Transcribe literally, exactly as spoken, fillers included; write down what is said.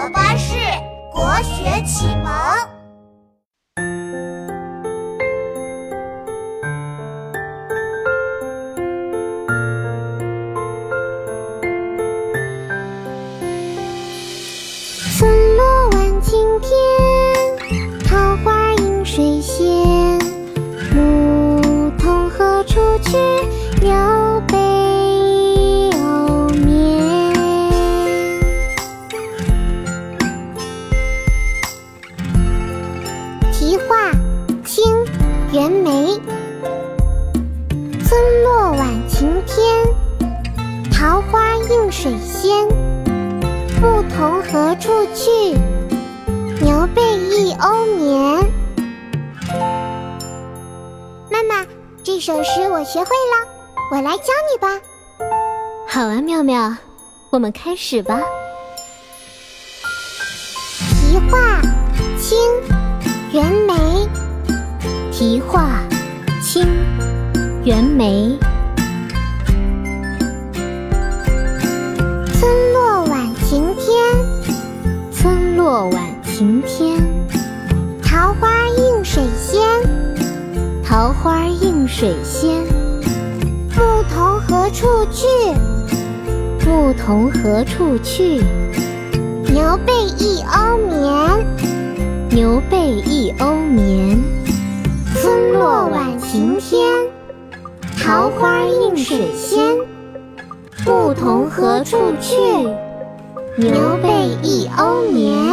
巴士国学启蒙。 村落晚晴天，桃花映水仙。牧童何处去？刘备蓊绵。题画，清，袁枚。村落晚晴天，桃花映水仙。牧童何处去？刘备蓊绵。妈妈，这首诗我学会了，我来教你吧。 好啊，妙妙，我们开始吧。 题画，清，袁枚。 题画，清，袁枚。 村落晚晴天， 村落晚晴天， 桃花映水仙。 桃花映水仙。 牧童何处去？ 牧童何处去？ 刘备蓊绵。 刘备蓊绵。 村落晚晴天，桃花映水仙。牧童何处去？刘备蓊绵。